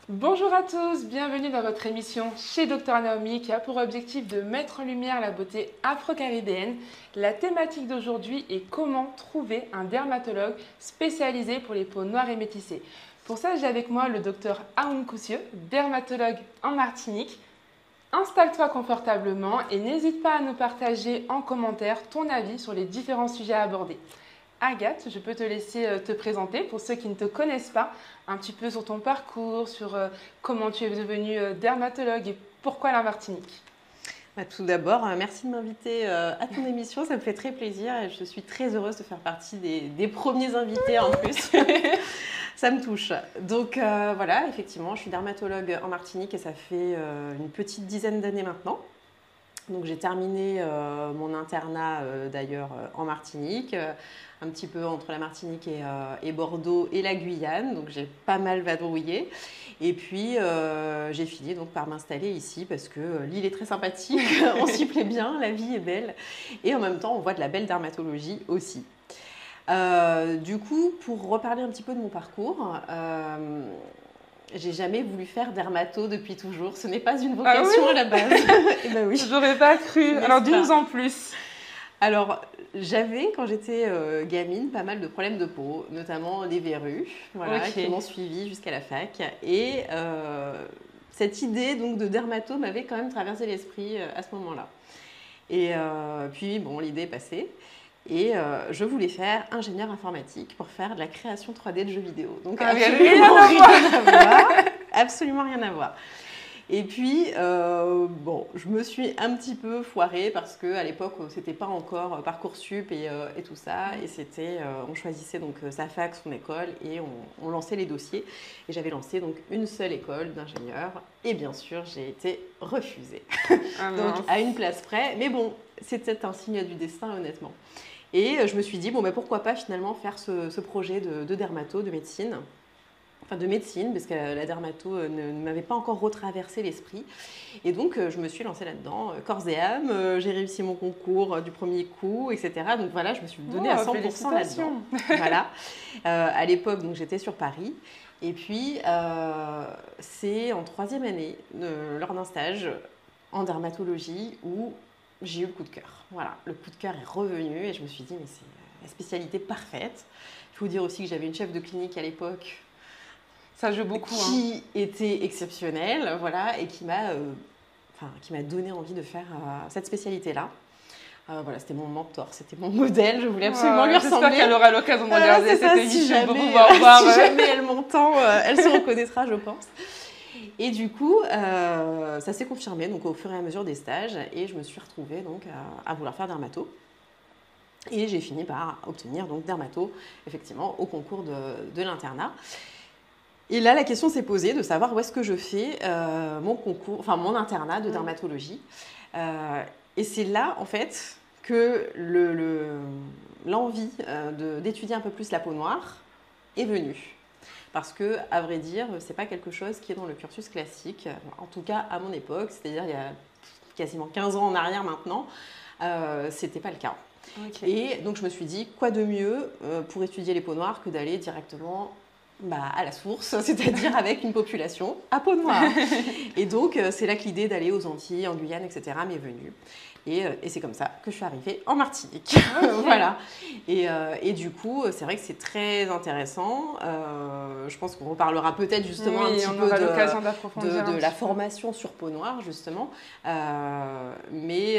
Bonjour à tous, bienvenue dans votre émission chez Dr Naomi qui a pour objectif de mettre en lumière la beauté afro-caribéenne. La thématique d'aujourd'hui est comment trouver un dermatologue spécialisé pour les peaux noires et métissées. Pour ça, j'ai avec moi le docteur Aoun Koussieu, dermatologue en Martinique. Installe-toi confortablement et n'hésite pas à nous partager en commentaire ton avis sur les différents sujets abordés. Agathe, je peux te laisser te présenter pour ceux qui ne te connaissent pas, un petit peu sur ton parcours, sur comment tu es devenue dermatologue et pourquoi la Martinique. Tout d'abord, merci de m'inviter à ton émission, ça me fait très plaisir et je suis très heureuse de faire partie des premiers invités en plus. Ça me touche. Donc voilà, effectivement, je suis dermatologue en Martinique et ça fait une petite dizaine d'années maintenant. Donc j'ai terminé mon internat d'ailleurs en Martinique, un petit peu entre la Martinique et Bordeaux et la Guyane, donc j'ai pas mal vadrouillé. Et puis j'ai fini donc par m'installer ici parce que l'île est très sympathique, on s'y plaît bien, la vie est belle et en même temps on voit de la belle dermatologie aussi. Du coup, pour reparler un petit peu de mon parcours, j'ai jamais voulu faire dermato depuis toujours. Ce n'est pas une vocation à la base. Eh ben oui. J'aurais pas cru. Alors dis-nous en plus. Alors, j'avais, quand j'étais gamine, pas mal de problèmes de peau, notamment des verrues, voilà, qui m'ont suivi jusqu'à la fac. Et cette idée donc, de dermato m'avait quand même traversé l'esprit à ce moment-là. Et puis, bon, l'idée est passée. Et je voulais faire ingénieur informatique pour faire de la création 3D de jeux vidéo. Donc, absolument rien à voir. Absolument rien à voir. Et puis, bon, je me suis un petit peu foirée parce qu'à l'époque, c'était pas encore Parcoursup et tout ça. Et c'était, on choisissait donc sa fac, son école et on lançait les dossiers. Et j'avais lancé donc une seule école d'ingénieur. Et bien sûr, j'ai été refusée. Donc, à une place près. Mais bon, c'était un signe du destin, honnêtement. Et je me suis dit, bon, ben, pourquoi pas finalement faire ce projet de dermato, de médecine. Enfin, de médecine, parce que la dermato ne m'avait pas encore retraversé l'esprit. Et donc, je me suis lancée là-dedans, corps et âme. J'ai réussi mon concours du premier coup, etc. Donc voilà, je me suis donnée à 100% là-dedans. Voilà. À l'époque, donc j'étais sur Paris. Et puis, c'est en troisième année, lors d'un stage en dermatologie, où j'ai eu le coup de cœur. Voilà, le coup de cœur est revenu et je me suis dit, mais c'est la spécialité parfaite. Il faut dire aussi que j'avais une chef de clinique à l'époque. Ça joue beaucoup. Qui était exceptionnelle, voilà, et qui m'a donné envie de faire cette spécialité-là. Voilà, c'était mon mentor, c'était mon modèle, je voulais absolument lui ressembler. J'espère qu'elle aura l'occasion de regarder cette émission pour pouvoir voir. Si jamais elle m'entend, elle se reconnaîtra, je pense. Et du coup, ça s'est confirmé donc, au fur et à mesure des stages et je me suis retrouvée donc, à vouloir faire dermato. Et j'ai fini par obtenir donc, dermato, effectivement, au concours de l'internat. Et là, la question s'est posée de savoir où est-ce que je fais mon internat de dermatologie. Et c'est là, en fait, que l'envie d'étudier un peu plus la peau noire est venue. Parce que, à vrai dire, c'est pas quelque chose qui est dans le cursus classique, en tout cas à mon époque, c'est-à-dire il y a quasiment 15 ans en arrière maintenant, c'était pas le cas. Okay. Et donc je me suis dit, quoi de mieux pour étudier les peaux noires que d'aller directement à la source, c'est-à-dire avec une population à peau noire. Et donc c'est là que l'idée d'aller aux Antilles, en Guyane, etc. m'est venue. Et c'est comme ça que je suis arrivée en Martinique. Okay. Voilà. Et du coup, c'est vrai que c'est très intéressant. Je pense qu'on reparlera peut-être justement un petit peu de la formation sur peau noire, justement. Mais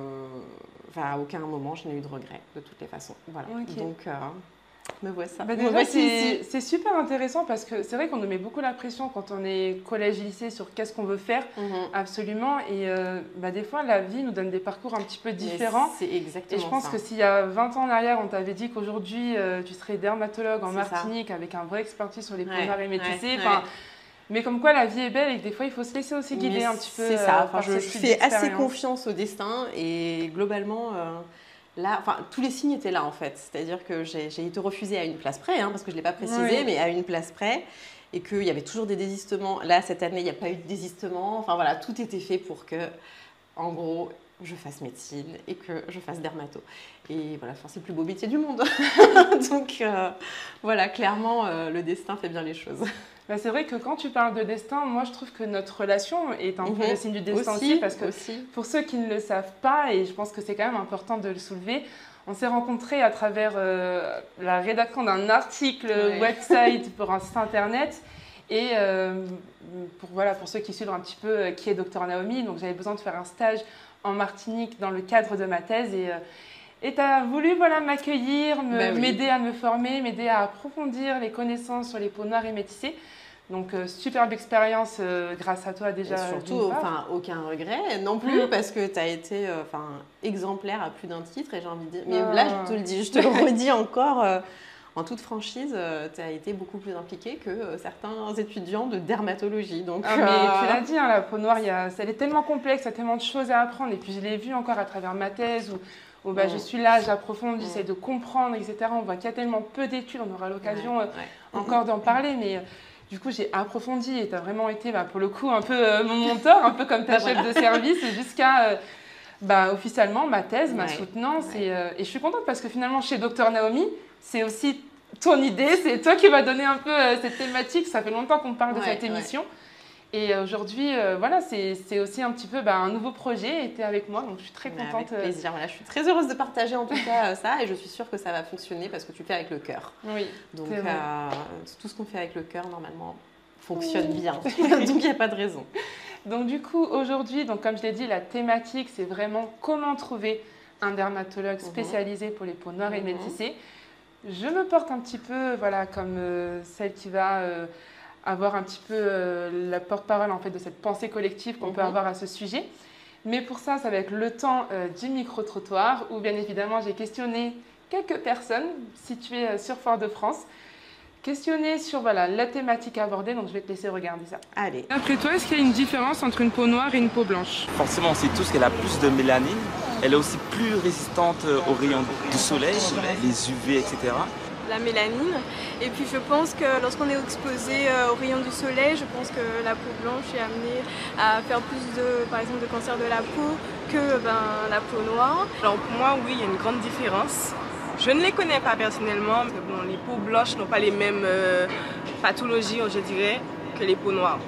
à aucun moment, je n'ai eu de regrets, de toutes les façons. Voilà. Okay. Donc, me voici. C'est super intéressant parce que c'est vrai qu'on nous met beaucoup la pression quand on est collège et lycée sur qu'est-ce qu'on veut faire, absolument. Et des fois, la vie nous donne des parcours un petit peu différents. C'est exactement ça. Et je pense que s'il y a 20 ans en arrière, on t'avait dit qu'aujourd'hui, tu serais dermatologue en Martinique avec un vrai expertise sur les peaux noires et métissées. Mais comme quoi, la vie est belle et que des fois, il faut se laisser aussi guider un petit peu. C'est ça. Je fais assez confiance au destin et globalement... Là, tous les signes étaient là en fait, c'est-à-dire que j'ai été refusée à une place près, parce que je ne l'ai pas précisé, mais à une place près, et qu'il y avait toujours des désistements. Là, cette année, il n'y a pas eu de désistement. Enfin voilà, tout était fait pour que, en gros, je fasse médecine et que je fasse dermato. Et voilà, c'est le plus beau métier du monde. Donc voilà, clairement, le destin fait bien les choses. Bah, c'est vrai que quand tu parles de destin, moi je trouve que notre relation est un peu le signe du destin aussi, parce que pour ceux qui ne le savent pas, et je pense que c'est quand même important de le soulever, on s'est rencontrés à travers la rédaction d'un article website pour un site internet. Et pour ceux qui suivent un petit peu qui est Dr Naomi, donc j'avais besoin de faire un stage en Martinique dans le cadre de ma thèse. Et tu as voulu m'accueillir, m'aider à me former, m'aider à approfondir les connaissances sur les peaux noires et métissées. Donc, superbe expérience grâce à toi déjà. Et surtout, aucun regret non plus, parce que tu as été exemplaire à plus d'un titre. Et j'ai envie de dire, mais là, je te le redis encore, en toute franchise, tu as été beaucoup plus impliquée que certains étudiants de dermatologie. Donc, mais tu l'as dit, la peau noire, elle est tellement complexe, il y a tellement de choses à apprendre. Et puis, je l'ai vu encore à travers ma thèse où je suis là, j'approfondis, j'essaie de comprendre, etc. On voit qu'il y a tellement peu d'études, on aura l'occasion encore d'en parler. Mais du coup, j'ai approfondi et tu as vraiment été, pour le coup, un peu mon mentor, un peu comme ta chef de service, jusqu'à officiellement ma thèse, ma soutenance. Et je suis contente parce que finalement, chez Dr Naomi, c'est aussi ton idée, c'est toi qui m'as donné un peu cette thématique. Ça fait longtemps qu'on parle de cette émission. Et aujourd'hui, c'est aussi un petit peu un nouveau projet et tu es avec moi, donc je suis très contente. Avec plaisir, je suis très heureuse de partager en tout cas ça et je suis sûre que ça va fonctionner parce que tu le fais avec le cœur. Oui, donc tout ce qu'on fait avec le cœur, normalement, fonctionne bien, donc il n'y a pas de raison. Donc du coup, aujourd'hui, comme je l'ai dit, la thématique, c'est vraiment comment trouver un dermatologue spécialisé pour les peaux noires et métissées. Je me porte un petit peu comme celle qui va... avoir un petit peu la porte-parole en fait de cette pensée collective qu'on peut avoir à ce sujet. Mais pour ça, ça va être le temps du micro-trottoir où bien évidemment j'ai questionné quelques personnes situées sur Fort-de-France, questionnées sur la thématique abordée, donc je vais te laisser regarder ça. Allez. Après toi, est-ce qu'il y a une différence entre une peau noire et une peau blanche? Forcément, on sait tous qu'elle a plus de mélanine, elle est aussi plus résistante aux rayons du soleil, les UV, etc. La mélanine. Et puis je pense que lorsqu'on est exposé aux rayons du soleil, je pense que la peau blanche est amenée à faire plus par exemple, de cancer de la peau que la peau noire. Alors pour moi, oui, il y a une grande différence. Je ne les connais pas personnellement, mais les peaux blanches n'ont pas les mêmes pathologies, je dirais, que les peaux noires.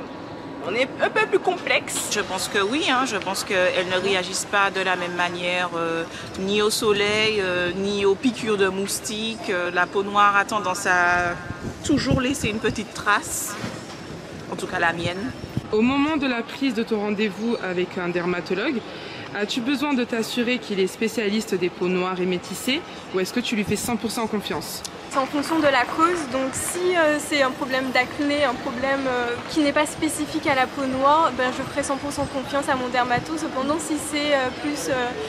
On est un peu plus complexe. Je pense que oui, je pense qu'elles ne réagissent pas de la même manière ni au soleil, ni aux piqûres de moustiques. La peau noire a tendance à toujours laisser une petite trace, en tout cas la mienne. Au moment de la prise de ton rendez-vous avec un dermatologue, as-tu besoin de t'assurer qu'il est spécialiste des peaux noires et métissées ou est-ce que tu lui fais 100% confiance? C'est en fonction de la cause, donc si c'est un problème d'acné, un problème qui n'est pas spécifique à la peau noire, je ferai 100% confiance à mon dermato. Cependant, si c'est plus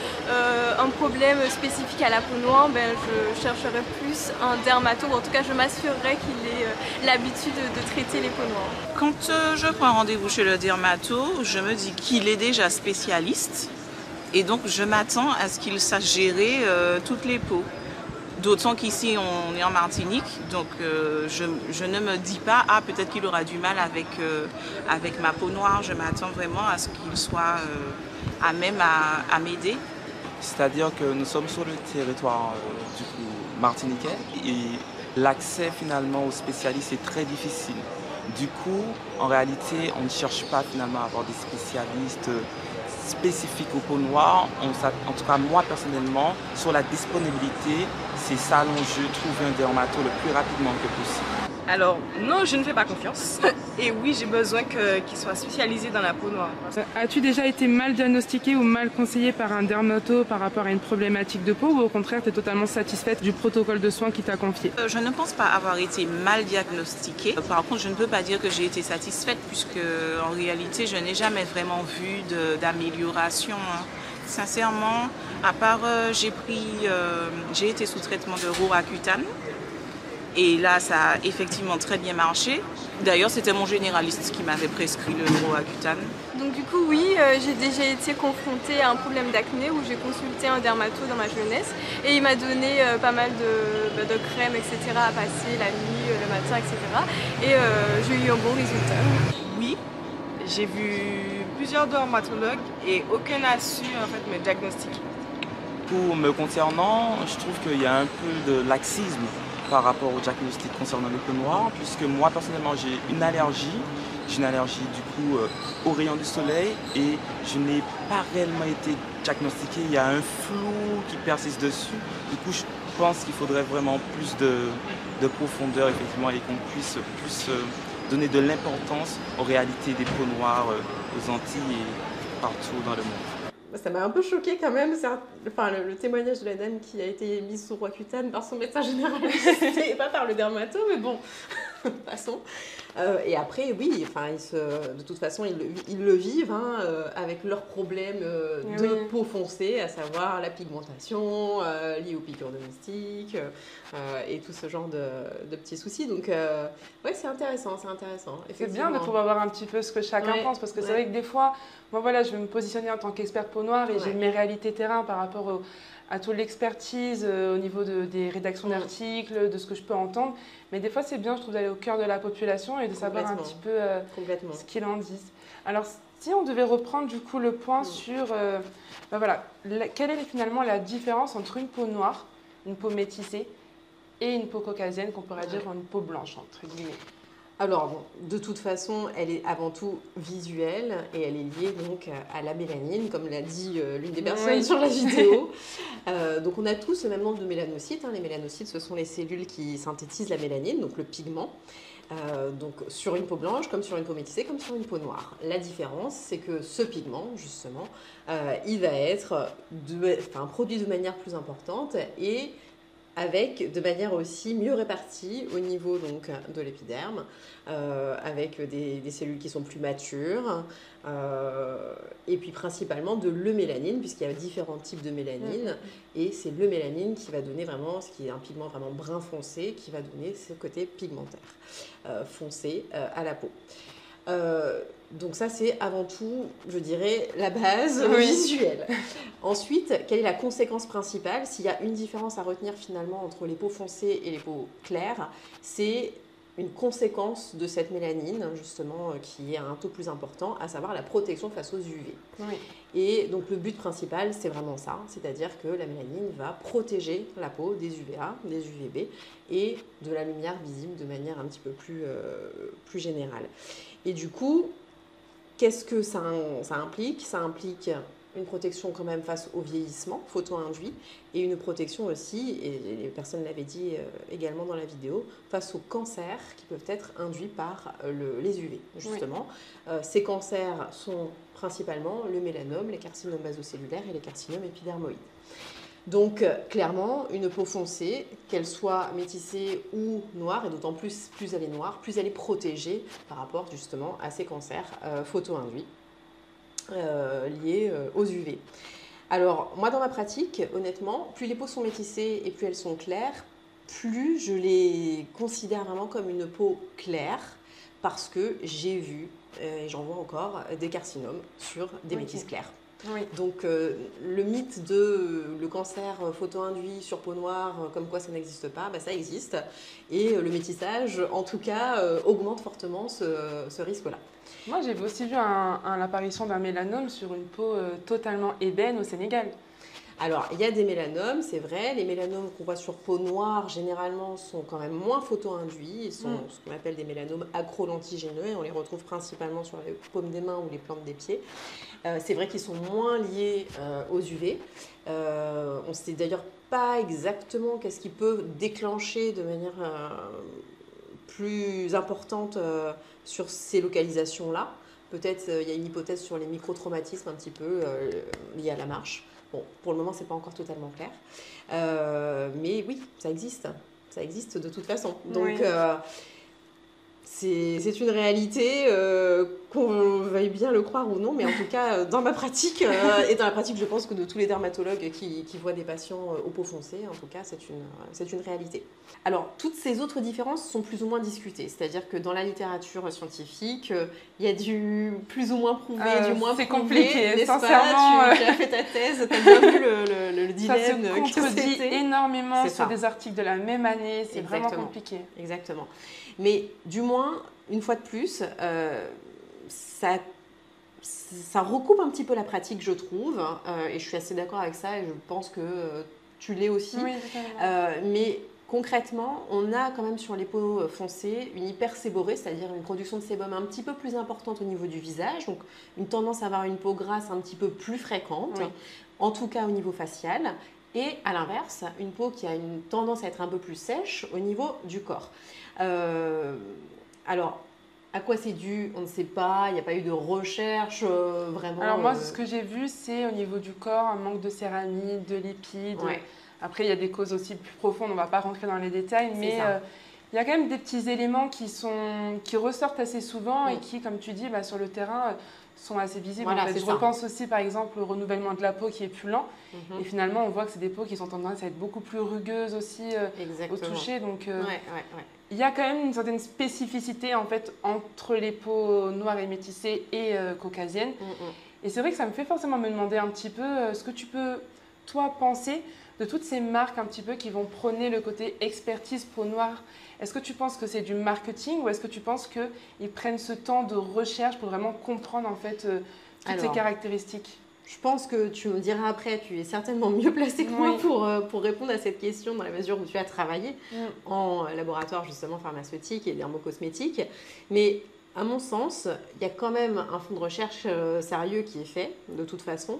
un problème spécifique à la peau noire, je chercherai plus un dermato, ou en tout cas je m'assurerai qu'il ait l'habitude de traiter les peaux noires. Quand je prends rendez-vous chez le dermato, je me dis qu'il est déjà spécialiste et donc je m'attends à ce qu'il sache gérer toutes les peaux. D'autant qu'ici, on est en Martinique, donc je ne me dis pas « Ah, peut-être qu'il aura du mal avec ma peau noire ». Je m'attends vraiment à ce qu'il soit à même à m'aider. C'est-à-dire que nous sommes sur le territoire martiniquais et l'accès finalement aux spécialistes est très difficile. Du coup, en réalité, on ne cherche pas finalement à avoir des spécialistes spécifiques aux peaux noires. En tout cas, moi personnellement, sur la disponibilité, c'est ça l'enjeu, trouver un dermato le plus rapidement que possible. Alors non, je ne fais pas confiance. Et oui, j'ai besoin qu'il soit spécialisé dans la peau noire. As-tu déjà été mal diagnostiqué ou mal conseillé par un dermato par rapport à une problématique de peau ou au contraire, tu es totalement satisfaite du protocole de soins qu'il t'a confié? Je ne pense pas avoir été mal diagnostiquée. Par contre, je ne peux pas dire que j'ai été satisfaite puisque en réalité, je n'ai jamais vraiment vu d'amélioration. Sincèrement, à part j'ai été sous traitement de Roaccutane. Et là, ça a effectivement très bien marché. D'ailleurs, c'était mon généraliste qui m'avait prescrit le Roaccutane. Donc du coup, oui, j'ai déjà été confrontée à un problème d'acné où j'ai consulté un dermato dans ma jeunesse et il m'a donné pas mal de crèmes, etc. à passer la nuit, le matin, etc. Et j'ai eu un bon résultat. Oui, J'ai vu plusieurs dermatologues et aucun n'a su en fait me diagnostiquer. Pour me concernant, je trouve qu'il y a un peu de laxisme par rapport au diagnostic concernant les peaux noires, puisque moi personnellement j'ai une allergie. J'ai une allergie du coup aux rayons du soleil et je n'ai pas réellement été diagnostiqué. Il y a un flou qui persiste dessus. Du coup, je pense qu'il faudrait vraiment plus de profondeur effectivement et qu'on puisse plus donner de l'importance aux réalités des peaux noires aux Antilles et partout dans le monde. Ça m'a un peu choqué quand même, enfin, le témoignage de la dame qui a été mise sous Roaccutane par son médecin généraliste et pas par le dermato, mais bon, passons. Et après, oui, enfin, de toute façon, ils le vivent hein, avec leurs problèmes de peau foncée, à savoir la pigmentation liée aux piqûres de moustiques et tout ce genre de petits soucis. Donc, ouais, c'est intéressant, c'est intéressant. C'est bien de pouvoir voir un petit peu ce que chacun pense, parce que c'est vrai que des fois, moi, voilà, je vais me positionner en tant qu'expert peau noire et j'ai mes réalités terrain par rapport à toute l'expertise au niveau des rédactions d'articles, de ce que je peux entendre. Mais des fois, c'est bien, je trouve, d'aller au cœur de la population et de savoir un petit peu ce qu'ils en disent. Alors, si on devait reprendre du coup le point sur, voilà, quelle est finalement la différence entre une peau noire, une peau métissée et une peau caucasienne, qu'on pourrait dire une peau blanche, entre guillemets? Alors, bon, de toute façon, elle est avant tout visuelle et elle est liée donc à la mélanine, comme l'a dit l'une des personnes sur la vidéo. Donc, on a tous le même nombre de mélanocytes. Hein. Les mélanocytes, ce sont les cellules qui synthétisent la mélanine, donc le pigment. Donc, sur une peau blanche, comme sur une peau métissée, comme sur une peau noire. La différence, c'est que ce pigment, justement, il va être produit de manière plus importante et avec de manière aussi mieux répartie au niveau donc, de l'épiderme, avec des cellules qui sont plus matures, et puis principalement de l'eumélanine, puisqu'il y a différents types de mélanine, et c'est l'eumélanine qui va donner vraiment, ce qui est un pigment vraiment brun foncé, qui va donner ce côté pigmentaire foncé à la peau. Donc ça, c'est avant tout, je dirais, la base visuelle. Ensuite, quelle est la conséquence principale? S'il y a une différence à retenir finalement entre les peaux foncées et les peaux claires, c'est une conséquence de cette mélanine, justement, qui est à un taux plus important, à savoir la protection face aux UV. Et donc le but principal, c'est vraiment ça, c'est-à-dire que la mélanine va protéger la peau des UVA, des UVB et de la lumière visible de manière un petit peu plus générale. Et du coup, qu'est-ce que ça implique? Ça implique une protection quand même face au vieillissement photo-induit et une protection aussi, et les personnes l'avaient dit également dans la vidéo, face aux cancers qui peuvent être induits par les UV, justement. Ces cancers sont principalement le mélanome, les carcinomes basocellulaires et les carcinomes épidermoïdes. Donc, clairement, une peau foncée, qu'elle soit métissée ou noire, et d'autant plus elle est noire, plus elle est protégée par rapport justement à ces cancers photo-induits liés aux UV. Alors, moi, dans ma pratique, honnêtement, plus les peaux sont métissées et plus elles sont claires, plus je les considère vraiment comme une peau claire, parce que j'ai vu, et j'en vois encore, des carcinomes sur des métisses claires. Donc le mythe de le cancer photo-induit sur peau noire, comme quoi ça n'existe pas, ça existe. Et le métissage, en tout cas, augmente fortement ce risque-là. Moi, j'ai aussi vu l'apparition d'un mélanome sur une peau totalement ébène au Sénégal. Alors, il y a des mélanomes, c'est vrai. Les mélanomes qu'on voit sur peau noire, généralement, sont quand même moins photo-induits. Ils sont ce qu'on appelle des mélanomes acrolentigineux et on les retrouve principalement sur les paumes des mains ou les plantes des pieds. C'est vrai qu'ils sont moins liés aux UV. On ne sait d'ailleurs pas exactement qu'est-ce qui peut déclencher de manière plus importante sur ces localisations-là. Peut-être il y a une hypothèse sur les microtraumatismes un petit peu liés à la marche. Bon, pour le moment, ce n'est pas encore totalement clair. Mais oui, ça existe. Ça existe de toute façon. Donc, c'est une réalité, qu'on veuille bien le croire ou non, mais en tout cas, dans ma pratique, et dans la pratique, je pense que de tous les dermatologues qui voient des patients aux peaux foncées, en tout cas, c'est une réalité. Alors, toutes ces autres différences sont plus ou moins discutées, c'est-à-dire que dans la littérature scientifique, il y a du plus ou moins prouvé, du moins prouvé. C'est compliqué, sincèrement. Tu as fait ta thèse, tu as bien vu le dilemme. Ça se contredit énormément sur des articles de la même année, c'est vraiment compliqué. Exactement. Mais du moins, une fois de plus, ça ça recoupe un petit peu la pratique, je trouve, et je suis assez d'accord avec ça, et je pense que tu l'es aussi. Oui, mais concrètement, on a quand même sur les peaux foncées une hyperséborrhée, c'est-à-dire une production de sébum un petit peu plus importante au niveau du visage, donc une tendance à avoir une peau grasse un petit peu plus fréquente, en tout cas au niveau facial, et à l'inverse, une peau qui a une tendance à être un peu plus sèche au niveau du corps. Alors, à quoi c'est dû? On ne sait pas, il n'y a pas eu de recherche vraiment. Alors moi, ce que j'ai vu, c'est au niveau du corps, un manque de céramide, de lipides. Après, il y a des causes aussi plus profondes, on ne va pas rentrer dans les détails, mais il y a quand même des petits éléments qui ressortent assez souvent et qui, comme tu dis, sur le terrain, sont assez visibles. Voilà, en fait. Je repense aussi, par exemple, au renouvellement de la peau qui est plus lent. Et finalement, on voit que c'est des peaux qui ont tendance à être beaucoup plus rugueuses aussi au toucher. Donc, il y a quand même une certaine spécificité en fait, entre les peaux noires et métissées et caucasiennes. Et c'est vrai que ça me fait forcément me demander un petit peu ce que tu peux, toi, penser de toutes ces marques un petit peu qui vont prôner le côté expertise peau noire. Est-ce que tu penses que c'est du marketing ou est-ce que tu penses qu'ils prennent ce temps de recherche pour vraiment comprendre en fait toutes ces caractéristiques? Je pense que tu me diras après, tu es certainement mieux placé que moi pour répondre à cette question dans la mesure où tu as travaillé en laboratoire justement pharmaceutique et dermocosmétique. Mais à mon sens, il y a quand même un fonds de recherche sérieux qui est fait de toute façon.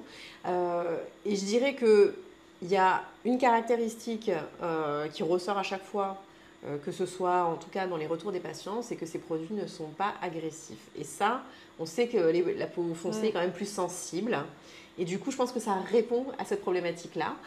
Et je dirais qu'il y a une caractéristique qui ressort à chaque fois, que ce soit en tout cas dans les retours des patients, c'est que ces produits ne sont pas agressifs. Et ça, on sait que la peau foncée est quand même plus sensible. Et du coup, je pense que ça répond à cette problématique-là.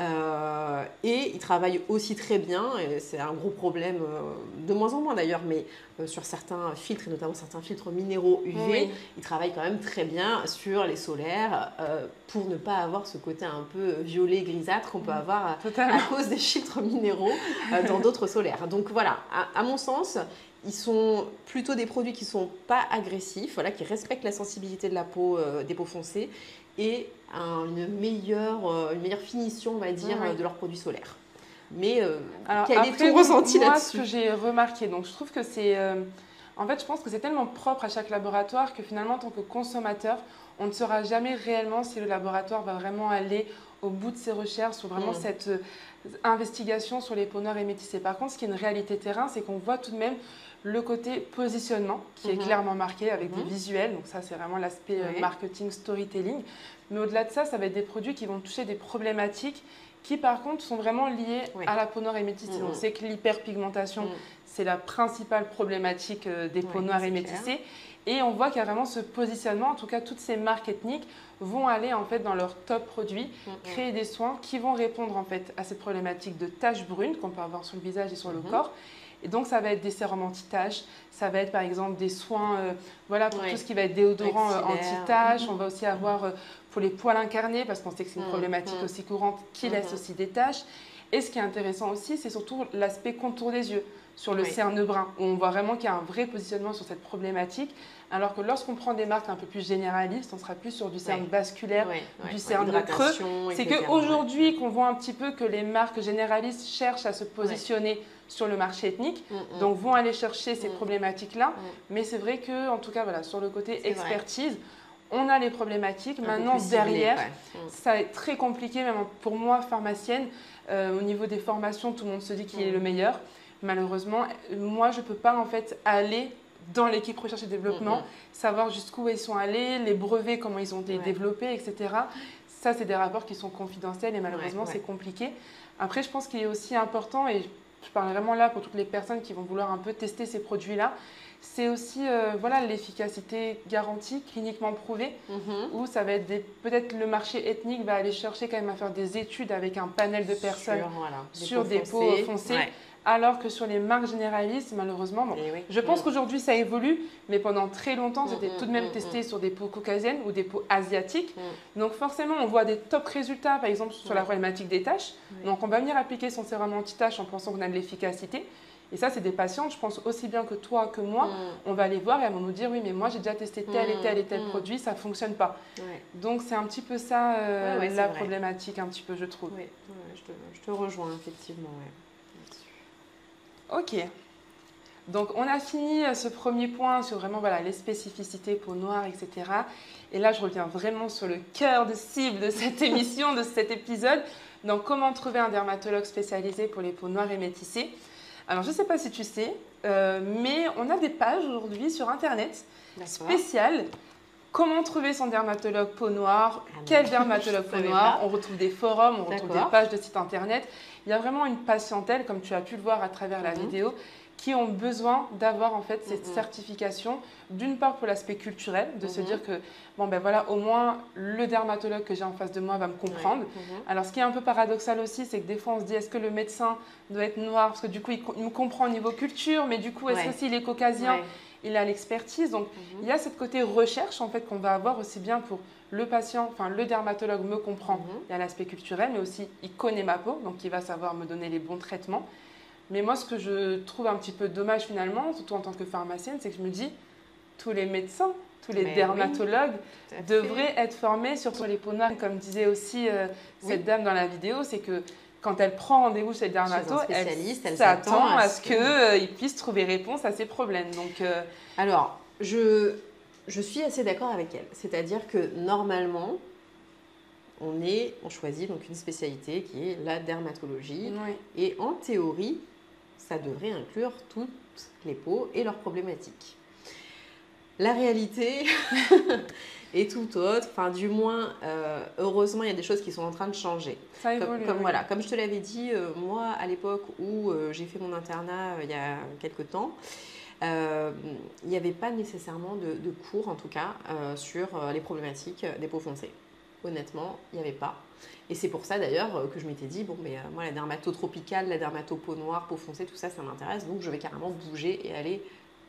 Et ils travaillent aussi très bien, et c'est un gros problème, de moins en moins d'ailleurs, mais sur certains filtres, et notamment certains filtres minéraux UV, ils travaillent quand même très bien sur les solaires pour ne pas avoir ce côté un peu violet grisâtre qu'on peut avoir à cause des filtres minéraux dans d'autres solaires. Donc voilà, à mon sens, ils sont plutôt des produits qui ne sont pas agressifs, qui respectent la sensibilité de la peau, des peaux foncées, et une meilleure finition, on va dire, de leurs produits solaires. Mais quel est ton ressenti là-dessus? Moi, ce que j'ai remarqué, donc je trouve que c'est... en fait, je pense que c'est tellement propre à chaque laboratoire que finalement, en tant que consommateur, on ne saura jamais réellement si le laboratoire va vraiment aller au bout de ses recherches sur vraiment cette investigation sur les peaux noires et métissées. Par contre, ce qui est une réalité terrain, c'est qu'on voit tout de même le côté positionnement qui est clairement marqué avec des visuels. Donc ça, c'est vraiment l'aspect marketing, storytelling. Mais au-delà de ça, ça va être des produits qui vont toucher des problématiques qui, par contre, sont vraiment liées à la peau noire et métissée. On sait que l'hyperpigmentation, c'est la principale problématique des peaux noires et métissées. Et on voit qu'il y a vraiment ce positionnement. En tout cas, toutes ces marques ethniques vont aller en fait dans leurs top produits, créer des soins qui vont répondre en fait à cette problématique de taches brunes qu'on peut avoir sur le visage et sur le corps. Et donc, ça va être des sérums anti-taches, ça va être par exemple des soins pour tout ce qui va être déodorant anti-taches. On va aussi avoir pour les poils incarnés, parce qu'on sait que c'est une problématique aussi courante qui laisse aussi des taches. Et ce qui est intéressant aussi, c'est surtout l'aspect contour des yeux, sur le cerne brun, où on voit vraiment qu'il y a un vrai positionnement sur cette problématique. Alors que lorsqu'on prend des marques un peu plus généralistes, on sera plus sur du cerne vasculaire, du cerne creux. C'est qu'aujourd'hui, qu'on voit un petit peu que les marques généralistes cherchent à se positionner sur le marché ethnique, donc vont aller chercher ces problématiques-là. Mais c'est vrai que, en tout cas, voilà, sur le côté expertise, on a les problématiques. Maintenant, derrière, ça va être très compliqué, même pour moi, pharmacienne, au niveau des formations, tout le monde se dit qui est le meilleur. Malheureusement, moi, je ne peux pas en fait aller dans l'équipe recherche et développement, savoir jusqu'où ils sont allés, les brevets, comment ils ont été développés, etc. Ça, c'est des rapports qui sont confidentiels et malheureusement, c'est compliqué. Après, je pense qu'il est aussi important, et je parle vraiment là pour toutes les personnes qui vont vouloir un peu tester ces produits-là, c'est aussi l'efficacité garantie, cliniquement prouvée, où ça va être peut-être le marché ethnique va aller chercher quand même à faire des études avec un panel de personnes sur des peaux foncées. Alors que sur les marques généralistes, malheureusement, je pense qu'aujourd'hui ça évolue, mais pendant très longtemps, c'était tout de même testé sur des peaux caucasiennes ou des peaux asiatiques. Donc forcément, on voit des top résultats, par exemple sur la problématique des taches. Donc on va venir appliquer son sérum anti-taches en pensant qu'on a de l'efficacité. Et ça, c'est des patientes, je pense aussi bien que toi, que moi, on va aller voir et elles vont nous dire « oui, mais moi, j'ai déjà testé tel et tel produit, ça ne fonctionne pas ». Donc, c'est un petit peu ça, la problématique, un petit peu, je trouve. Oui, je te rejoins, effectivement. Ok. Donc, on a fini ce premier point sur vraiment voilà, les spécificités peau noire, etc. Et là, je reviens vraiment sur le cœur de cible de cette émission, de cet épisode. Donc, comment trouver un dermatologue spécialisé pour les peaux noires et métissées. Alors, je ne sais pas si tu sais, mais on a des pages aujourd'hui sur Internet spéciales. Comment trouver son dermatologue peau noire, quel dermatologue peau noire. On retrouve des forums, on retrouve des pages de sites Internet. Il y a vraiment une patientèle, comme tu as pu le voir à travers la vidéo, qui ont besoin d'avoir en fait cette certification, d'une part pour l'aspect culturel, de se dire que bon ben voilà, au moins le dermatologue que j'ai en face de moi va me comprendre. Alors ce qui est un peu paradoxal aussi, c'est que des fois on se dit est-ce que le médecin doit être noir parce que du coup il me comprend au niveau culture, mais du coup est-ce que s'il est caucasien, il a l'expertise. Donc il y a ce côté recherche en fait qu'on va avoir aussi bien pour le patient, enfin le dermatologue me comprend, il y a l'aspect culturel, mais aussi il connaît ma peau, donc il va savoir me donner les bons traitements. Mais moi, ce que je trouve un petit peu dommage finalement, surtout en tant que pharmacienne, c'est que je me dis, tous les médecins, tous les dermatologues devraient être formés sur les peaux noires. Comme disait aussi cette dame dans la vidéo, c'est que quand elle prend rendez-vous chez le dermato, elle s'attend à ce qu'il puisse trouver réponse à ses problèmes. Donc, alors, je suis assez d'accord avec elle. C'est-à-dire que normalement, on choisit donc une spécialité qui est la dermatologie. Et en théorie, ça devrait inclure toutes les peaux et leurs problématiques. La réalité est tout autre. Enfin, du moins, heureusement, il y a des choses qui sont en train de changer. Ça évolue. Comme je te l'avais dit, moi, à l'époque où j'ai fait mon internat il y a quelques temps, il n'y avait pas nécessairement de cours, en tout cas, sur les problématiques des peaux foncées. Honnêtement, il n'y avait pas. Et c'est pour ça d'ailleurs que je m'étais dit, bon, mais moi, la dermato tropicale, la dermato peau noire, peau foncée, tout ça, ça m'intéresse. Donc, je vais carrément bouger et aller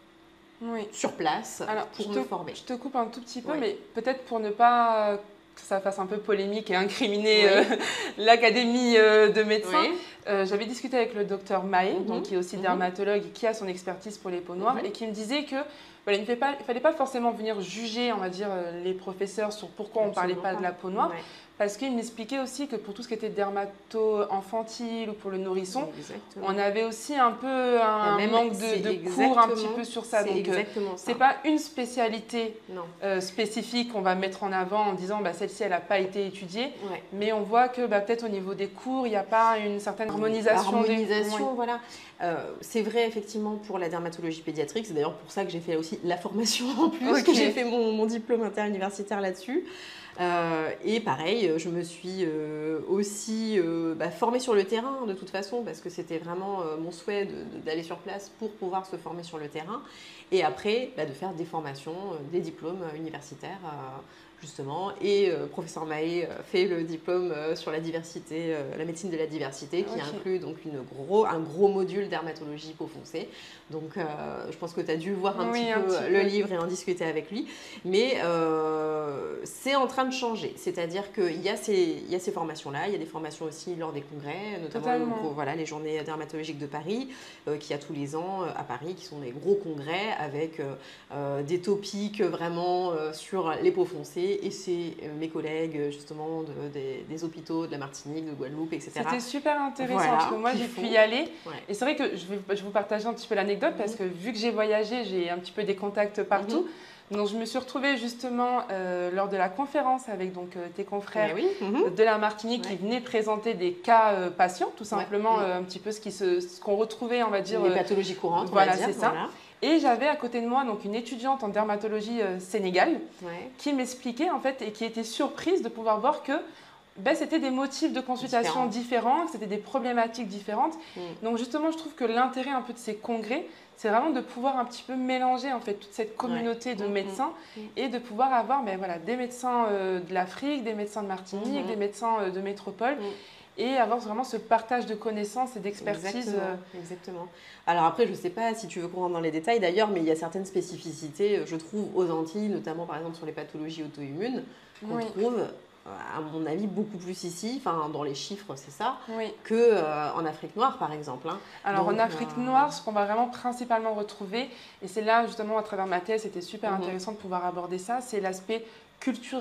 sur place pour me former. Je te coupe un tout petit peu, mais peut-être pour ne pas que ça fasse un peu polémique et incriminer l'académie de médecins. J'avais discuté avec le docteur Maé, donc, qui est aussi dermatologue et qui a son expertise pour les peaux noires, et qui me disait que voilà, il ne fallait pas forcément venir juger, on va dire, les professeurs sur pourquoi on ne parlait pas de la peau noire, parce qu'il m'expliquait aussi que pour tout ce qui était dermato-infantile ou pour le nourrisson, on avait aussi un peu un manque de cours un petit peu sur ça. Donc, ce n'est pas une spécialité spécifique qu'on va mettre en avant en disant bah, celle-ci, elle n'a pas été étudiée, mais on voit que peut-être au niveau des cours, il n'y a pas une certaine harmonisation. Voilà. C'est vrai, effectivement, pour la dermatologie pédiatrique. C'est d'ailleurs pour ça que j'ai fait aussi la formation en plus, que j'ai fait mon diplôme interuniversitaire là-dessus. Et pareil, je me suis aussi formée sur le terrain de toute façon, parce que c'était vraiment mon souhait d'aller sur place pour pouvoir se former sur le terrain. Et après, de faire des formations, des diplômes universitaires, justement. Et professeur Maé fait le diplôme sur la diversité, la médecine de la diversité, qui inclut donc un gros module dermatologie peau foncée. Donc, je pense que tu as dû voir un petit peu le livre et en discuter avec lui. Mais c'est en train de changer. C'est-à-dire qu'il y a ces formations-là. Il y a des formations aussi lors des congrès, notamment les journées dermatologiques de Paris, qu'il y a tous les ans à Paris, qui sont des gros congrès avec des topics vraiment sur les peaux foncées. Et c'est mes collègues justement des hôpitaux de la Martinique, de Guadeloupe, etc. C'était super intéressant parce que moi j'ai pu y aller. Et c'est vrai que je vais vous partager un petit peu l'anecdote parce que vu que j'ai voyagé, j'ai un petit peu des contacts partout. Donc je me suis retrouvée justement lors de la conférence avec donc, tes confrères de la Martinique qui venaient présenter des cas patients, tout simplement un petit peu ce qu'on retrouvait, on va dire. Les pathologies courantes, voilà, c'est ça. Et j'avais à côté de moi donc, une étudiante en dermatologie sénégale qui m'expliquait en fait et qui était surprise de pouvoir voir que c'était des motifs de consultation différents, que c'était des problématiques différentes. Donc justement, je trouve que l'intérêt un peu de ces congrès, c'est vraiment de pouvoir un petit peu mélanger en fait toute cette communauté de médecins et de pouvoir avoir des médecins de l'Afrique, des médecins de Martinique, des médecins de métropole. Et avoir vraiment ce partage de connaissances et d'expertise. Exactement. Alors après, je ne sais pas si tu veux qu'on rentre dans les détails d'ailleurs, mais il y a certaines spécificités, je trouve, aux Antilles, notamment par exemple sur les pathologies auto-immunes, qu'on trouve, à mon avis, beaucoup plus ici, enfin dans les chiffres, c'est ça, qu'en Afrique noire par exemple. Alors donc, en Afrique noire, ce qu'on va vraiment principalement retrouver, et c'est là justement à travers ma thèse, c'était super intéressant de pouvoir aborder ça, c'est l'aspect culturel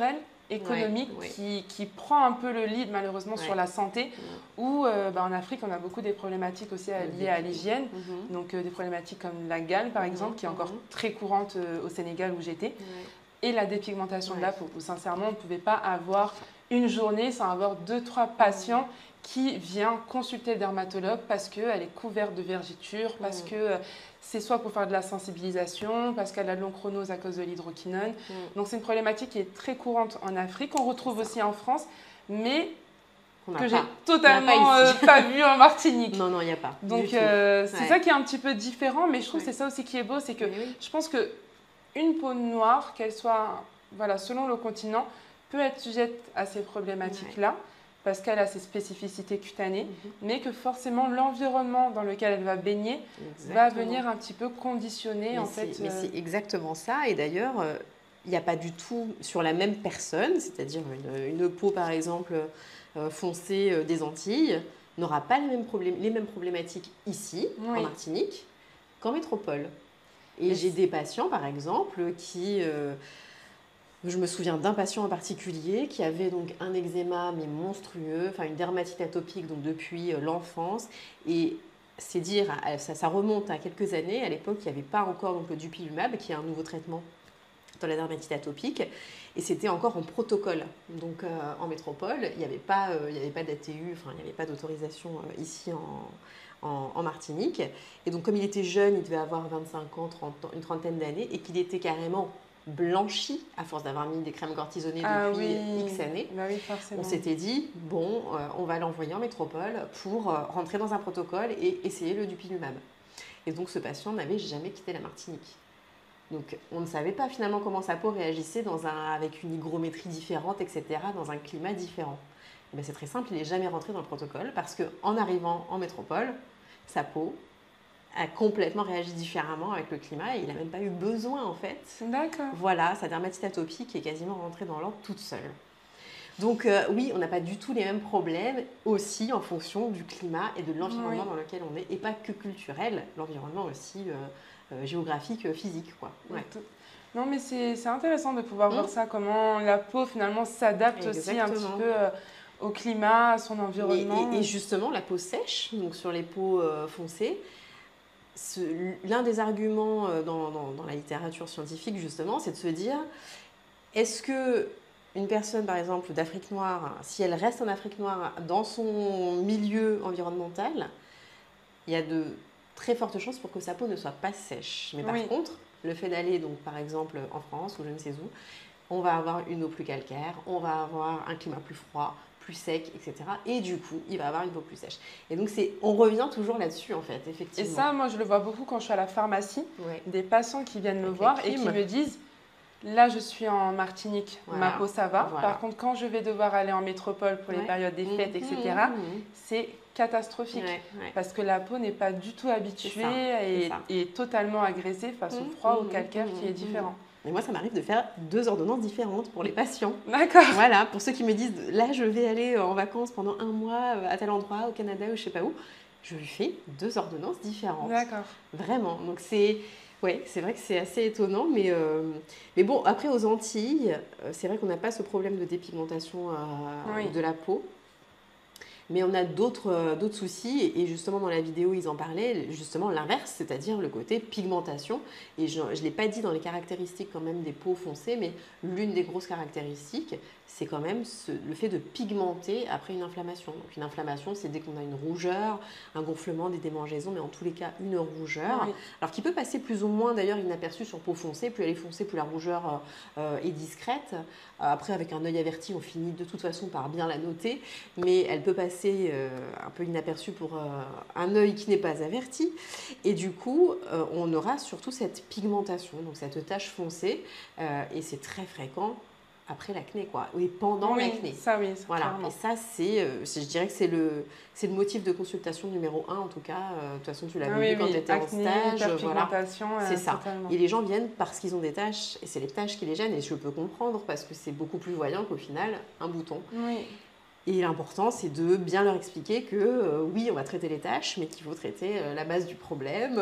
économique qui prend un peu le lead malheureusement sur la santé, où en Afrique on a beaucoup des problématiques aussi liées à l'hygiène, donc des problématiques comme la gale par exemple, qui est encore très courante au Sénégal où j'étais, et la dépigmentation de la peau, où sincèrement on ne pouvait pas avoir une journée sans avoir 2-3 patients qui viennent consulter le dermatologue parce qu'elle est couverte de vergetures, parce que c'est soit pour faire de la sensibilisation, parce qu'elle a de l'onchronose à cause de l'hydroquinone. Donc c'est une problématique qui est très courante en Afrique, on retrouve aussi en France, mais que j'ai totalement pas vu en Martinique. Non, il n'y a pas. Donc c'est ça qui est un petit peu différent, mais je trouve que c'est ça aussi qui est beau, c'est que je pense qu'une peau noire, qu'elle soit selon le continent, peut être sujette à ces problématiques-là, parce qu'elle a ses spécificités cutanées, mais que forcément l'environnement dans lequel elle va baigner va venir un petit peu conditionner Mais c'est exactement ça, et d'ailleurs, il n'y a pas du tout sur la même personne, c'est-à-dire une peau par exemple foncée des Antilles, n'aura pas les mêmes problématiques ici, en Martinique, qu'en métropole. Et j'ai des patients par exemple qui... je me souviens d'un patient en particulier qui avait donc un eczéma mais monstrueux, enfin une dermatite atopique donc depuis l'enfance, et c'est dire, ça remonte à quelques années. À l'époque, il n'y avait pas encore donc, le dupilumab, qui est un nouveau traitement dans la dermatite atopique, et c'était encore en protocole. Donc en métropole, il n'y avait pas d'ATU, enfin il n'y avait pas d'autorisation ici en Martinique. Et donc comme il était jeune, il devait avoir 25 ans, 30 ans, une trentaine d'années, et qu'il était carrément blanchi à force d'avoir mis des crèmes cortisonnées depuis X années. On s'était dit, bon, on va l'envoyer en métropole pour rentrer dans un protocole et essayer le dupilumab. Et donc ce patient n'avait jamais quitté la Martinique. Donc on ne savait pas finalement comment sa peau réagissait avec une hygrométrie différente, etc., dans un climat différent. C'est très simple, il n'est jamais rentré dans le protocole parce qu'en arrivant en métropole, sa peau a complètement réagi différemment avec le climat et il n'a même pas eu besoin en fait. D'accord. Voilà, sa dermatite atopique est quasiment rentrée dans l'ordre toute seule. Donc oui, on n'a pas du tout les mêmes problèmes aussi en fonction du climat et de l'environnement dans lequel on est, et pas que culturel, l'environnement aussi géographique, physique, quoi. Non, mais c'est intéressant de pouvoir voir ça, comment la peau finalement s'adapte aussi un petit peu au climat, à son environnement. Et justement, la peau sèche, donc sur les peaux foncées, l'un des arguments dans la littérature scientifique, justement, c'est de se dire, est-ce que une personne, par exemple, d'Afrique noire, si elle reste en Afrique noire, dans son milieu environnemental, il y a de très fortes chances pour que sa peau ne soit pas sèche. Mais par contre, le fait d'aller, donc, par exemple, en France ou je ne sais où, on va avoir une eau plus calcaire, on va avoir un climat plus froid, plus sec, etc. Et du coup, il va avoir une peau plus sèche. Et donc, on revient toujours là-dessus, en fait, effectivement. Et ça, moi, je le vois beaucoup quand je suis à la pharmacie. Des patients qui viennent me voir et qui me disent, là, je suis en Martinique, ma peau, ça va. Par contre, quand je vais devoir aller en métropole pour les périodes des fêtes, etc., c'est catastrophique. Parce que la peau n'est pas du tout habituée et totalement agressée face au froid, au calcaire qui est différent. Et moi, ça m'arrive de faire 2 ordonnances différentes pour les patients. D'accord. Voilà, pour ceux qui me disent, là, je vais aller en vacances pendant 1 mois à tel endroit, au Canada ou je ne sais pas où, je lui fais 2 ordonnances différentes. D'accord. Vraiment. Donc, c'est vrai que c'est assez étonnant. Mais bon, après, aux Antilles, c'est vrai qu'on n'a pas ce problème de dépigmentation de la peau. Mais on a d'autres soucis, et justement dans la vidéo ils en parlaient, justement l'inverse, c'est-à-dire le côté pigmentation. Et je ne l'ai pas dit dans les caractéristiques quand même des peaux foncées, mais l'une des grosses caractéristiques, c'est quand même le fait de pigmenter après une inflammation. Donc une inflammation, c'est dès qu'on a une rougeur, un gonflement, des démangeaisons, mais en tous les cas une rougeur. Alors qui peut passer plus ou moins d'ailleurs inaperçue sur peau foncée, plus elle est foncée, plus la rougeur est discrète. Après avec un œil averti, on finit de toute façon par bien la noter, mais elle peut passer un peu inaperçue pour un œil qui n'est pas averti. Et du coup, on aura surtout cette pigmentation, donc cette tache foncée, et c'est très fréquent après l'acné, quoi, et pendant l'acné. Ça, oui, voilà. Clairement. Et ça, je dirais que c'est le motif de consultation numéro 1, en tout cas. De toute façon, tu l'avais vu quand tu étais en stage. Voilà. C'est ça. Totalement. Et les gens viennent parce qu'ils ont des taches, et c'est les taches qui les gênent, et je peux comprendre, parce que c'est beaucoup plus voyant qu'au final, un bouton. Oui. Et l'important, c'est de bien leur expliquer que oui, on va traiter les taches, mais qu'il faut traiter la base du problème.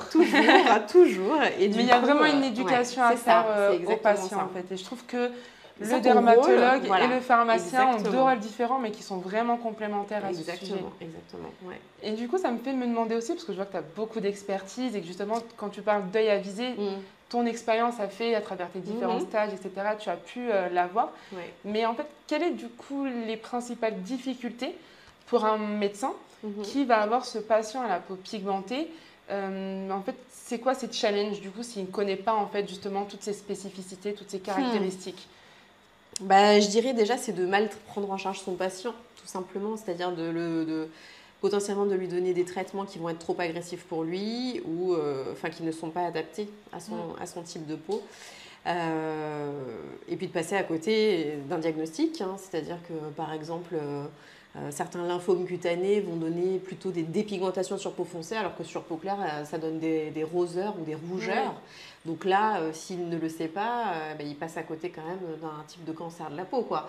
Toujours. Toujours. Et mais il y a vraiment une éducation à faire aux patients, ça. en fait. Et je trouve que le dermatologue rôle, et le pharmacien ont 2 exactement. rôles différents, mais qui sont vraiment complémentaires à ce sujet. Exactement. Ouais. Et du coup, ça me fait me demander aussi, parce que je vois que tu as beaucoup d'expertise et que justement, quand tu parles d'œil avisé, ton expérience a fait à travers tes différents stages, etc., tu as pu l'avoir. Ouais. Mais en fait, quelles sont du coup les principales difficultés pour un médecin qui va avoir ce patient à la peau pigmentée? En fait, c'est quoi ces challenges du coup s'il ne connaît pas en fait justement toutes ces spécificités, toutes ces caractéristiques? Je dirais déjà c'est de mal prendre en charge son patient, tout simplement, c'est-à-dire potentiellement de lui donner des traitements qui vont être trop agressifs pour lui ou qui ne sont pas adaptés à son type de peau. Et puis de passer à côté d'un diagnostic, c'est-à-dire que par exemple certains lymphomes cutanés vont donner plutôt des dépigmentations sur peau foncée alors que sur peau claire ça donne des roseurs ou des rougeurs. Donc là, s'il ne le sait pas, il passe à côté quand même d'un type de cancer de la peau, quoi.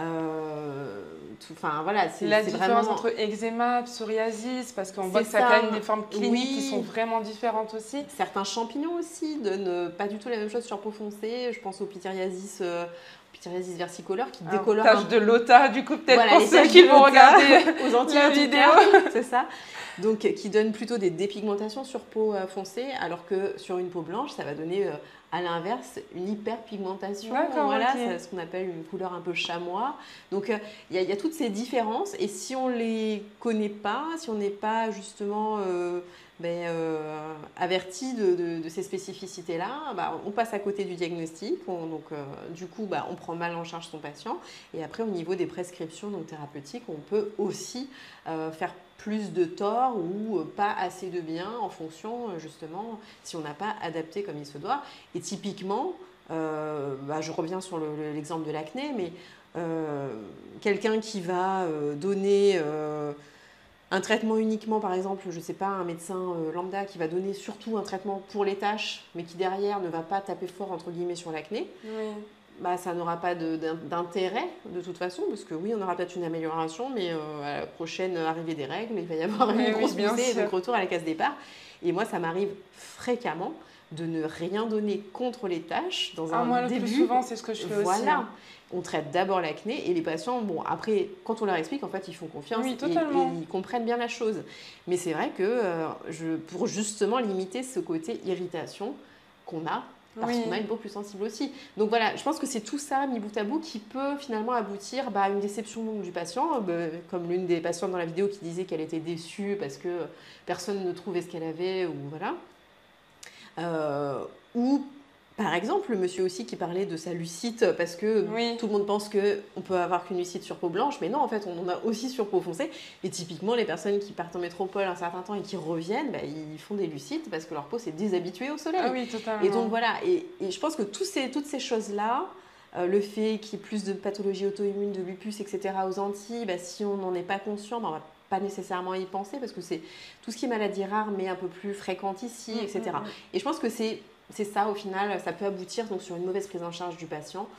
C'est la différence vraiment... entre eczéma, psoriasis, parce qu'on voit que ça a quand même des formes cliniques qui sont vraiment différentes aussi. Certains champignons aussi donnent pas du tout la même chose sur peau foncée. Je pense au pityriasis versicolore qui décolore. Taches de Lota, du coup, peut-être pour ceux qui vont regarder aux Antilles, la vidéo. C'est ça. Donc, qui donne plutôt des dépigmentations sur peau foncée, alors que sur une peau blanche, ça va donner à l'inverse une hyperpigmentation. Voilà, c'est ce qu'on appelle une couleur un peu chamois. Donc, il y a toutes ces différences. Et si on ne les connaît pas, si on n'est pas justement averti de ces spécificités-là, on passe à côté du diagnostic. Du coup, on prend mal en charge son patient. Et après, au niveau des prescriptions thérapeutiques, on peut aussi faire plus de tort ou pas assez de bien en fonction, justement, si on n'a pas adapté comme il se doit. Et typiquement, je reviens sur l'exemple de l'acné, mais quelqu'un qui va donner un traitement uniquement, par exemple, je ne sais pas, un médecin lambda qui va donner surtout un traitement pour les taches, mais qui derrière ne va pas taper fort, entre guillemets, sur l'acné, ça n'aura pas d'intérêt de toute façon, parce que oui, on aura peut-être une amélioration, mais à la prochaine arrivée des règles, il va y avoir une grosse poussée, donc retour à la case départ. Et moi, ça m'arrive fréquemment de ne rien donner contre les taches dans un moi, début. Le plus souvent, c'est ce que je fais aussi. On traite d'abord l'acné et les patients, après, quand on leur explique, en fait, ils font confiance et ils comprennent bien la chose. Mais c'est vrai que pour justement limiter ce côté irritation qu'on a, parce qu'on a une peau plus sensible aussi. Donc voilà, je pense que c'est tout ça, mis bout à bout, qui peut finalement aboutir à une déception du patient, comme l'une des patientes dans la vidéo qui disait qu'elle était déçue parce que personne ne trouvait ce qu'elle avait, ou voilà. Ou par exemple, le monsieur aussi qui parlait de sa lucite, parce que tout le monde pense qu'on peut avoir qu'une lucite sur peau blanche, mais non, en fait, on en a aussi sur peau foncée. Et typiquement, les personnes qui partent en métropole un certain temps et qui reviennent, ils font des lucites parce que leur peau s'est déshabituée au soleil. Ah oui, totalement. Et donc voilà, et je pense que toutes ces choses-là, le fait qu'il y ait plus de pathologies auto-immunes, de lupus, etc. aux Antilles, si on n'en est pas conscient, on va pas nécessairement y penser, parce que c'est tout ce qui est maladie rare, mais un peu plus fréquente ici, etc. Et je pense que c'est ça, au final, ça peut aboutir donc, sur une mauvaise prise en charge du patient.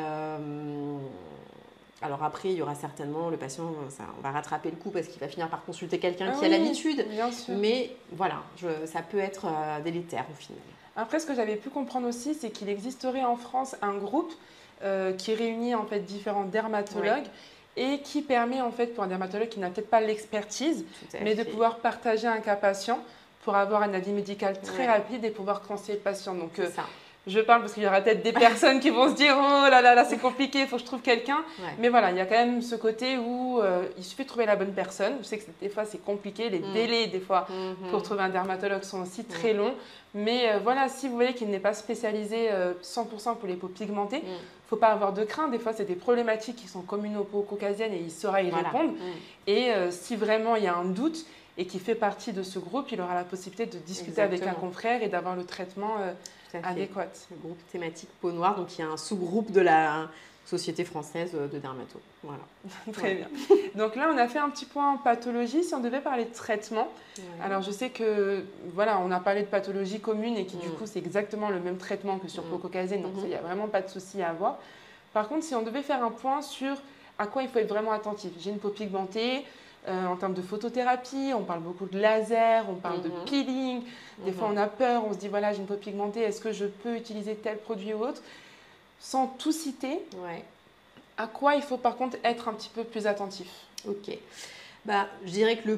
Alors après, il y aura certainement le patient, on va rattraper le coup parce qu'il va finir par consulter quelqu'un qui a l'habitude. Mais voilà, ça peut être délétère au final. Après, ce que j'avais pu comprendre aussi, c'est qu'il existerait en France un groupe qui réunit en fait différents dermatologues. Et qui permet en fait pour un dermatologue qui n'a peut-être pas l'expertise, mais de pouvoir partager un cas patient pour avoir un avis médical très rapide et pouvoir conseiller le patient. Donc je parle parce qu'il y aura peut-être des personnes qui vont se dire « Oh là là, c'est compliqué, il faut que je trouve quelqu'un ». Mais voilà, il y a quand même ce côté où il suffit de trouver la bonne personne. Je sais que des fois, c'est compliqué. Les délais, des fois, pour trouver un dermatologue sont aussi très longs. Mais voilà, si vous voyez qu'il n'est pas spécialisé 100% pour les peaux pigmentées, il ne faut pas avoir de crainte. Des fois, c'est des problématiques qui sont communes aux peaux caucasiennes et il saura y répondre. Et si vraiment il y a un doute et qu'il fait partie de ce groupe, il aura la possibilité de discuter avec un confrère et d'avoir le traitement adéquat. Le groupe thématique peau noire, donc il y a un sous-groupe de la Société française de dermato. Voilà. Très bien. Donc là, on a fait un petit point en pathologie. Si on devait parler de traitement, alors je sais que voilà, on a parlé de pathologie commune et qui du coup c'est exactement le même traitement que sur peau caucasienne, donc il n'y a vraiment pas de souci à avoir. Par contre, si on devait faire un point sur à quoi il faut être vraiment attentif, j'ai une peau pigmentée. En termes de photothérapie, on parle beaucoup de laser, on parle de peeling. Des fois, on a peur, on se dit voilà, j'ai une peau pigmentée, est-ce que je peux utiliser tel produit ou autre? sans tout citer, Ouais. à quoi il faut par contre être un petit peu plus attentif? Ok. Bah, je dirais que le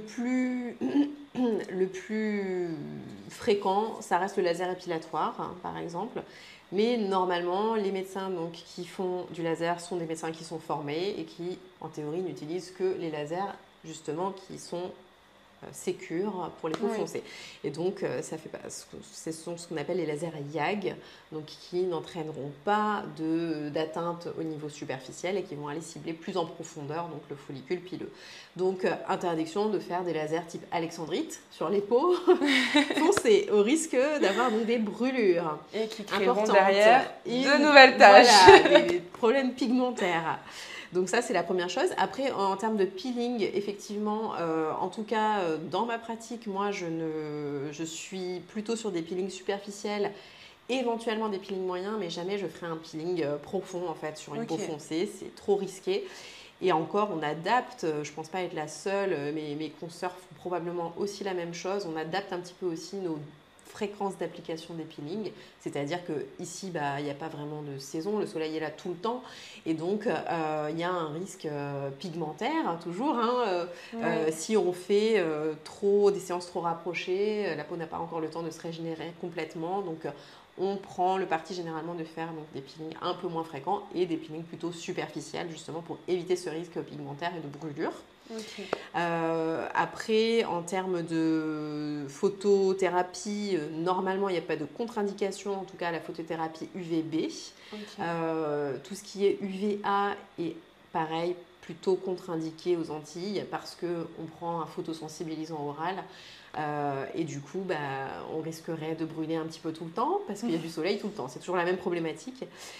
plus fréquent, ça reste le laser épilatoire, hein, par exemple. Mais normalement, les médecins donc, qui font du laser sont des médecins qui sont formés et qui, en théorie, n'utilisent que les lasers justement qui sont sécures pour les peaux foncées. Et donc, ce sont ce qu'on appelle les lasers YAG, donc qui n'entraîneront pas d'atteinte au niveau superficiel et qui vont aller cibler plus en profondeur, donc le follicule pileux. Donc, interdiction de faire des lasers type alexandrite sur les peaux foncées, au risque d'avoir donc des brûlures et qui créeront derrière de nouvelles taches. Voilà, des problèmes pigmentaires. Donc ça, c'est la première chose. Après, en termes de peeling, effectivement, en tout cas, dans ma pratique, moi, je suis plutôt sur des peelings superficiels, éventuellement des peelings moyens, mais jamais je ferai un peeling profond, en fait, sur une peau foncée. C'est trop risqué. Et encore, on adapte, je ne pense pas être la seule, mais mes consoeurs font probablement aussi la même chose. On adapte un petit peu aussi nos fréquence d'application des peelings, c'est-à-dire qu'ici, il n'y a pas vraiment de saison, le soleil est là tout le temps, et donc il y a un risque pigmentaire, toujours. Si on fait des séances trop rapprochées, la peau n'a pas encore le temps de se régénérer complètement, donc on prend le parti généralement de faire donc, des peelings un peu moins fréquents et des peelings plutôt superficiels, justement pour éviter ce risque pigmentaire et de brûlure. Après, en termes de photothérapie, normalement, il n'y a pas de contre-indication, en tout cas la photothérapie UVB. Tout ce qui est UVA est pareil, plutôt contre-indiqué aux Antilles parce qu'on prend un photosensibilisant oral. Et du coup, on risquerait de brûler un petit peu tout le temps parce qu'il y a du soleil tout le temps. C'est toujours la même problématique.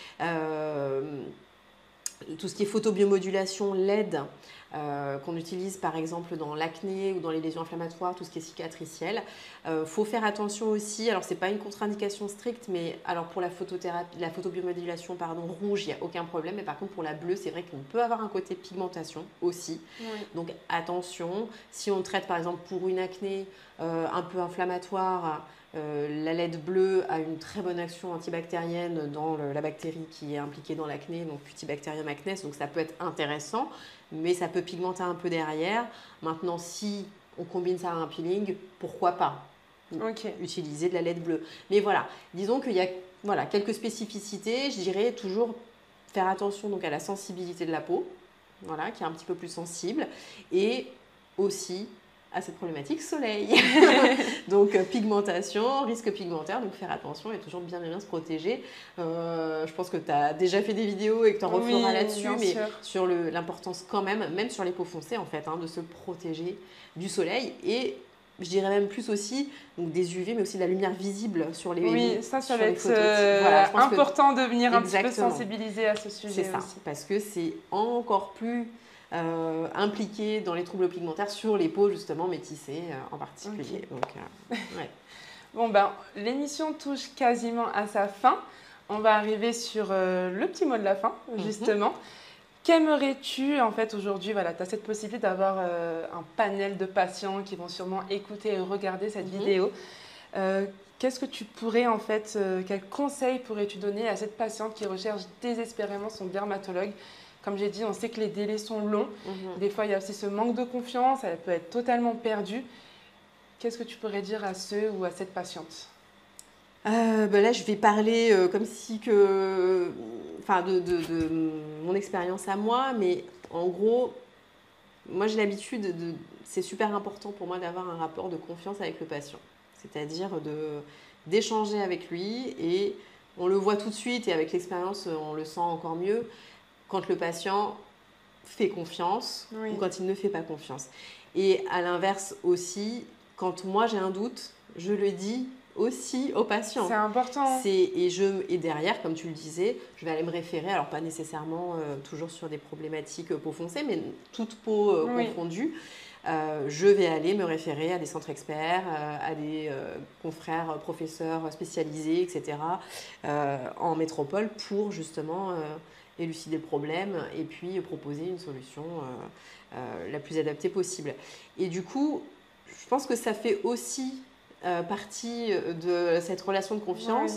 Tout ce qui est photobiomodulation LED, qu'on utilise par exemple dans l'acné ou dans les lésions inflammatoires, tout ce qui est cicatriciel. Faut faire attention aussi, alors c'est pas une contre-indication stricte, mais alors pour la photothérapie, la photobiomodulation rouge, il n'y a aucun problème, mais par contre pour la bleue, c'est vrai qu'on peut avoir un côté pigmentation aussi. Donc attention, si on traite par exemple pour une acné un peu inflammatoire, la LED bleue a une très bonne action antibactérienne dans la bactérie qui est impliquée dans l'acné, donc Cutibacterium acnes, donc ça peut être intéressant, mais ça peut pigmenter un peu derrière. Maintenant, si on combine ça à un peeling, pourquoi pas utiliser de la LED bleue. Mais voilà, disons qu'il y a quelques spécificités. Je dirais toujours faire attention donc, à la sensibilité de la peau, qui est un petit peu plus sensible, et aussi à cette problématique soleil. Donc pigmentation, risque pigmentaire, donc faire attention et toujours bien se protéger. Je pense que tu as déjà fait des vidéos et que tu en referas là-dessus, mais sur l'importance quand même sur les peaux foncées en fait, de se protéger du soleil et je dirais même plus aussi donc des UV, mais aussi de la lumière visible sur les Oui, ça va être important de venir un petit peu sensibiliser à ce sujet. C'est ça, aussi. Parce que c'est encore plus impliqué dans les troubles pigmentaires sur les peaux justement métissées en particulier. Donc, Bon, l'émission touche quasiment à sa fin. On va arriver sur le petit mot de la fin, justement. Qu'aimerais-tu en fait aujourd'hui? Tu as cette possibilité d'avoir un panel de patients qui vont sûrement écouter et regarder cette vidéo. Qu'est-ce que tu pourrais en fait, quel conseil pourrais-tu donner à cette patiente qui recherche désespérément son dermatologue? Comme j'ai dit, on sait que les délais sont longs. Des fois, il y a aussi ce manque de confiance. Elle peut être totalement perdue. Qu'est-ce que tu pourrais dire à ceux ou à cette patiente? Là, je vais parler comme si de mon expérience à moi. Mais en gros, moi, j'ai l'habitude c'est super important pour moi d'avoir un rapport de confiance avec le patient. C'est-à-dire d'échanger avec lui. Et on le voit tout de suite. Et avec l'expérience, on le sent encore mieux. Quand le patient fait confiance ou quand il ne fait pas confiance. Et à l'inverse aussi, quand moi j'ai un doute, je le dis aussi au patient. C'est important. Et derrière, comme tu le disais, je vais aller me référer, alors pas nécessairement toujours sur des problématiques peau foncée, mais toute peau confondue. Je vais aller me référer à des centres experts, à des confrères, professeurs spécialisés, etc. En métropole pour justement élucider le problème et puis proposer une solution la plus adaptée possible. Et du coup, je pense que ça fait aussi partie de cette relation de confiance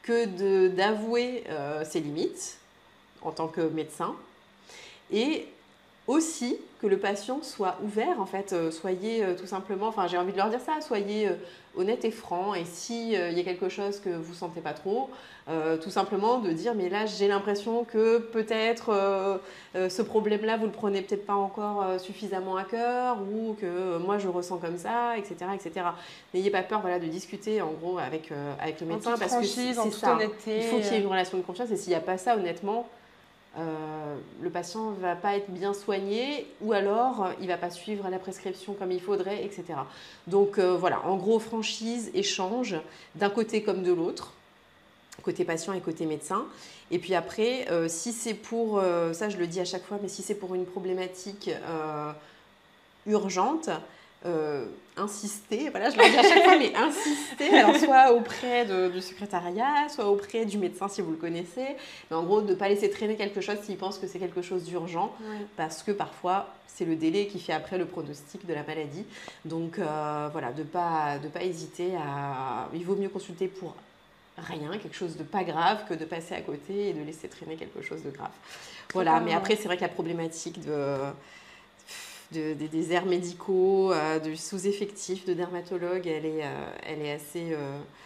que d'avouer ses limites en tant que médecin et aussi que le patient soit ouvert, en fait, soyez tout simplement, enfin j'ai envie de leur dire ça, soyez honnête et franc, et si y a quelque chose que vous ne sentez pas trop, tout simplement de dire mais là j'ai l'impression que peut-être ce problème-là vous le prenez peut-être pas encore suffisamment à cœur, ou que moi je ressens comme ça, etc. etc. N'ayez pas peur de discuter en gros avec le médecin, parce que c'est ça, il faut qu'il y ait une relation de confiance, et s'il n'y a pas ça, honnêtement, le patient ne va pas être bien soigné, ou alors il ne va pas suivre la prescription comme il faudrait, etc. Donc voilà, en gros, franchise, échange, d'un côté comme de l'autre, côté patient et côté médecin. Et puis après, si c'est pour, ça je le dis à chaque fois, mais si c'est pour une problématique urgente, insister, voilà, je le dis à chaque fois, mais insister, alors soit auprès du secrétariat, soit auprès du médecin si vous le connaissez, mais en gros de ne pas laisser traîner quelque chose s'il pense que c'est quelque chose d'urgent, parce que parfois c'est le délai qui fait après le pronostic de la maladie. Donc voilà, de pas hésiter à... Il vaut mieux consulter pour rien, quelque chose de pas grave, que de passer à côté et de laisser traîner quelque chose de grave. Voilà, mais après c'est vrai que la problématique des erreurs médicaux, du sous-effectif de dermatologues, elle est assez...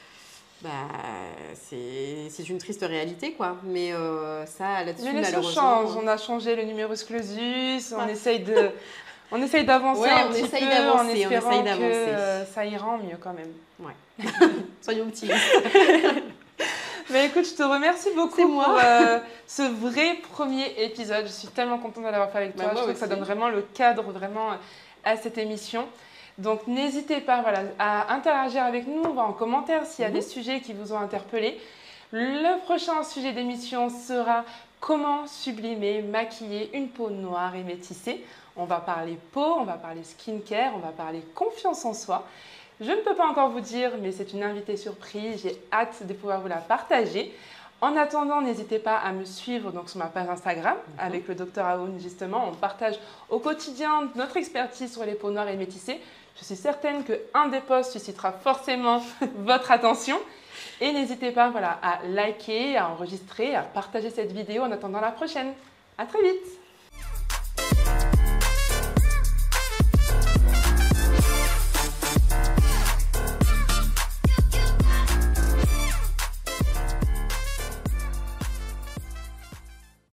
c'est une triste réalité, quoi. Mais ça, là-dessus, mais les choses malheureusement... changent. On a changé le numerus clausus, on essaye d'avancer un petit peu en espérant que ça ira en mieux quand même. Ouais. Soyons optimistes. Mais écoute, je te remercie beaucoup pour ce vrai premier épisode. Je suis tellement contente de l'avoir fait avec toi. Je trouve que ça donne vraiment le cadre à cette émission. Donc n'hésitez pas à interagir avec nous, en commentaire s'il y a des sujets qui vous ont interpellé. Le prochain sujet d'émission sera comment sublimer, maquiller une peau noire et métissée. On va parler peau, on va parler skincare, on va parler confiance en soi. Je ne peux pas encore vous dire, mais c'est une invitée surprise. J'ai hâte de pouvoir vous la partager. En attendant, n'hésitez pas à me suivre sur ma page Instagram avec le Dr Aoun, justement. On partage au quotidien notre expertise sur les peaux noires et métissées. Je suis certaine qu'un des posts suscitera forcément votre attention. Et n'hésitez pas à liker, à enregistrer, à partager cette vidéo en attendant la prochaine. À très vite!